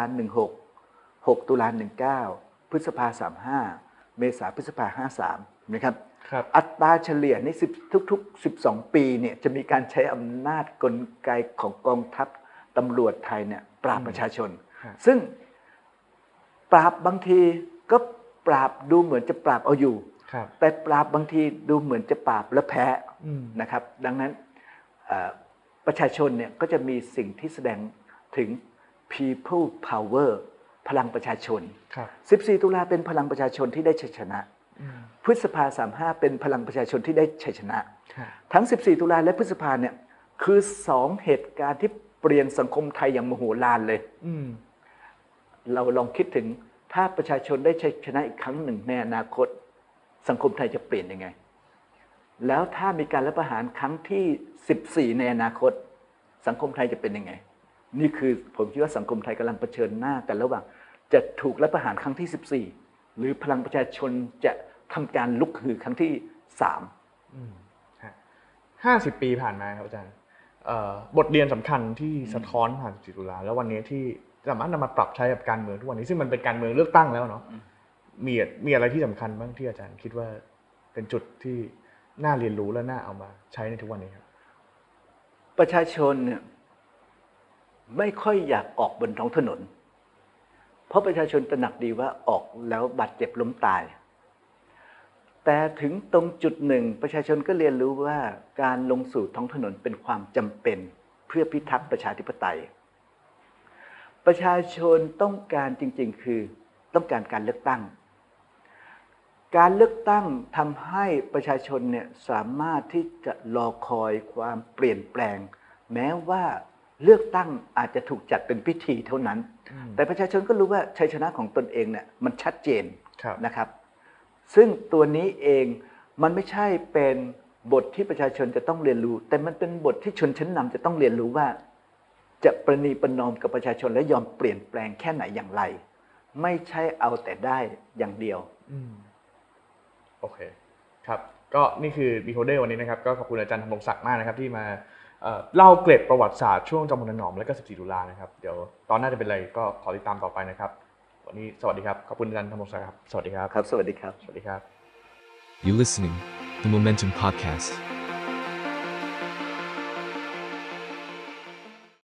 16 6 ตุลา 19 พฤษภา 35 เมษาพฤษภา 53นะครับอัตราเฉลี่ยในทุกๆ12 ปีเนี่ยจะมีการใช้อำนาจกลไกของกองทัพตำรวจไทยเนี่ยปราบประชาชนซึ่งปราบบางทีก็ปราบดูเหมือนจะปราบเอาอยู่แต่ปราบบางทีดูเหมือนจะปราบแล้วแพ้นะครับดังนั้นประชาชนเนี่ยก็จะมีสิ่งที่แสดงถึง people power พลังประชาชน14 ตุลาเป็นพลังประชาชนที่ได้ชัยชนะพฤษภา 35เป็นพลังประชาชนที่ได้ชัยชนะทั้ง14 ตุลาและพฤษภาเนี่ยคือ2เหตุการณ์ที่เปลี่ยนสังคมไทยอย่างมโหฬารเลยเราลองคิดถึงถ้าประชาชนได้ชัยชนะอีกครั้งหนึ่งในอนาคตสังคมไทยจะเปลี่ยนยังไงแล้วถ้ามีการรัฐประหารครั้งที่14ในอนาคตสังคมไทยจะเป็นยังไงนี่คือผมคิดว่าสังคมไทยกำลังเผชิญหน้ากันระหว่างจะถูกรัฐประหารครั้งที่14หรือพลังประชาชนจะทำการลุกฮือครั้งที่ 50 ปีผ่านมาครับอาจารย์บทเรียนสำคัญที่สะท้อนผ่าน14 ตุลาแล้ววันนี้ที่สามารถนำมาปรับใช้กับการเมืองทุกวันนี้ซึ่งมันเป็นการเมืองเลือกตั้งแล้วเนาะมีอะไรที่สำคัญบ้างที่อาจารย์คิดว่าเป็นจุดที่น่าเรียนรู้และน่าเอามาใช้ในทุกวันนี้ครับประชาชนเนี่ยไม่ค่อยอยากออกบนท้องถนนเพราะประชาชนตระหนักดีว่าออกแล้วบาดเจ็บล้มตายแต่ถึงตรงจุดหนึ่งประชาชนก็เรียนรู้ว่าการลงสู่ท้องถนนเป็นความจำเป็นเพื่อพิทักษ์ประชาธิปไตยประชาชนต้องการจริงๆคือต้องการการเลือกตั้งการเลือกตั้งทำให้ประชาชนเนี่ยสามารถที่จะรอคอยความเปลี่ยนแปลงแม้ว่าเลือกตั้งอาจจะถูกจัดเป็นพิธีเท่านั้นแต่ประชาชนก็รู้ว่าชัยชนะของตนเองเนี่ยมันชัดเจนนะครับซึ่งตัวนี้เองมันไม่ใช่เป็นบทที่ประชาชนจะต้องเรียนรู้แต่มันเป็นบทที่ชนชั้นนำจะต้องเรียนรู้ว่าจะประนีประนอมกับประชาชนและยอมเปลี่ยนแปลงแค่ไหนอย่างไรไม่ใช่เอาแต่ได้อย่างเดียวโอเคครับก็นี่คือ Beholder วันนี้นะครับก็ขอบคุณอาจารย์ธนงศักดิ์มากนะครับที่มาเล่าเกร็ดประวัติศาสตร์ช่วงจอมพลถนอมและก็14 ตุลานะครับเดี๋ยวตอนหน้าจะเป็นอะไรก็ขอติดตามต่อไปนะครับวันนี้สวัสดีครับขอบคุณอาจารย์ธนงศักดิ์ครับสวัสดีครับครับสวัสดีครับสวัสดีครับ You listening the Momentum Podcast